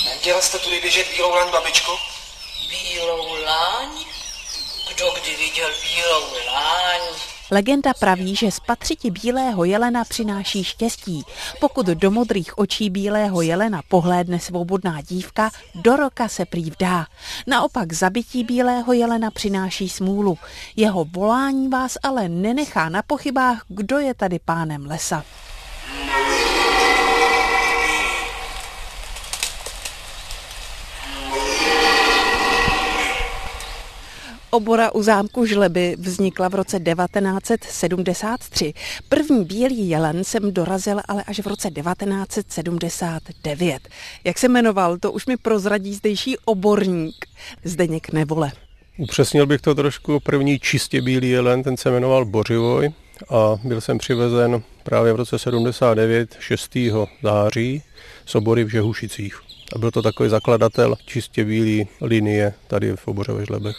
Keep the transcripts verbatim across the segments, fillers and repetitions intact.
Nedělal jste tudy běžet bílou laň, babičko? Bílou laň? Kdo kdy viděl bílou laň? Legenda praví, že z patřiti bílého jelena přináší štěstí. Pokud do modrých očí bílého jelena pohlédne svobodná dívka, do roka se prý vdá. Naopak zabití bílého jelena přináší smůlu. Jeho volání vás ale nenechá na pochybách, kdo je tady pánem lesa. Obora u zámku Žleby vznikla v roce devatenáct set sedmdesát tři. První bílý jelen sem dorazil ale až v roce devatenáct set sedmdesát devět. Jak se jmenoval, to už mi prozradí zdejší oborník Zdeněk Nevole. Upřesnil bych to trošku. První čistě bílý jelen, ten se jmenoval Bořivoj a byl jsem přivezen právě v roce sedmdesát devět, šestého září z obory v Žehušicích. A byl to takový zakladatel čistě bílý linie tady v oboře ve Žlebech.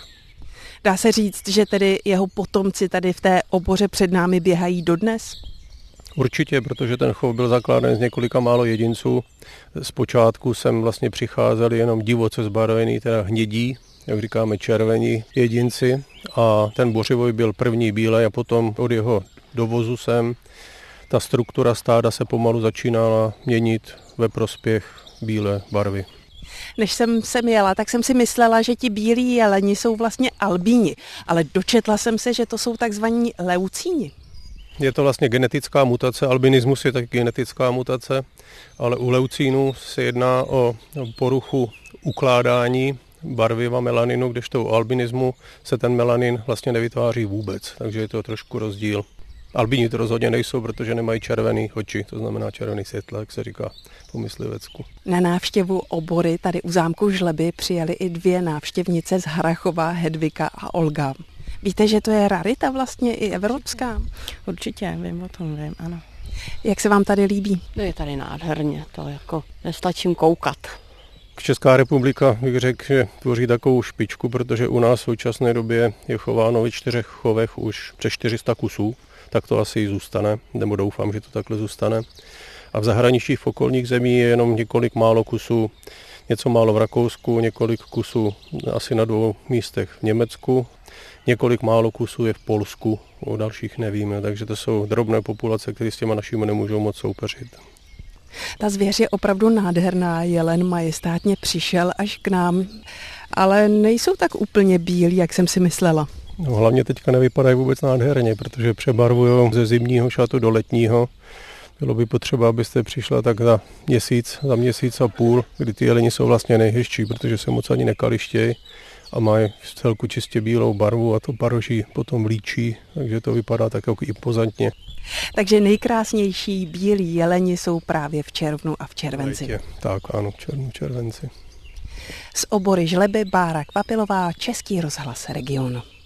Dá se říct, že tedy jeho potomci tady v té oboře před námi běhají dodnes? Určitě, protože ten chov byl zakládaný z několika málo jedinců. Zpočátku sem vlastně přicházeli jenom divoce zbarvený, teda hnědí, jak říkáme červení jedinci. A ten Bořivoj byl první bílej a potom od jeho dovozu sem ta struktura stáda se pomalu začínala měnit ve prospěch bílé barvy. Než jsem sem jela, tak jsem si myslela, že ti bílí jeleni jsou vlastně albíni, ale dočetla jsem se, že to jsou takzvaní leucíni. Je to vlastně genetická mutace, albinismus je taky genetická mutace, ale u leucínů se jedná o poruchu ukládání barviva melaninu, kdežto u albinismu se ten melanin vlastně nevytváří vůbec, takže je to trošku rozdíl. Albíni to rozhodně nejsou, protože nemají červený oči, to znamená červený světlo, jak se říká po myslivecku. Na návštěvu obory tady u zámku Žleby přijeli i dvě návštěvnice z Harrachova, Hedvika a Olga. Víte, že to je rarita vlastně i evropská? Určitě, vím o tom, vím, ano. Jak se vám tady líbí? No je tady nádherně, to jako nestačím koukat. Česká republika, bych řekl, že tvoří takovou špičku, protože u nás v současné době je chováno ve čtyřech chovech už přes čtyři sta kusů. Tak to asi zůstane, nebo doufám, že to takhle zůstane. A v zahraničí v okolních zemí je jenom několik málo kusů, něco málo v Rakousku, několik kusů asi na dvou místech v Německu, několik málo kusů je v Polsku, o dalších nevíme, takže to jsou drobné populace, které s těma našimi nemůžou moc soupeřit. Ta zvěř je opravdu nádherná, jelen majestátně přišel až k nám, ale nejsou tak úplně bílí, jak jsem si myslela. No, hlavně teďka nevypadají vůbec nádherně, protože přebarvují ze zimního šatu do letního. Bylo by potřeba, abyste přišla tak za měsíc, za měsíc a půl, kdy ty jeleni jsou vlastně nejhezčí, protože se moc ani nekalištějí a mají v celku čistě bílou barvu a to paroží potom líčí, takže to vypadá tak jako impozantně. Takže nejkrásnější bílí jeleni jsou právě v červnu a v červenci. Lejtě. Tak ano, v červnu, červenci. Z obory Žleby Bára Kvapilová, Český rozhlas Region.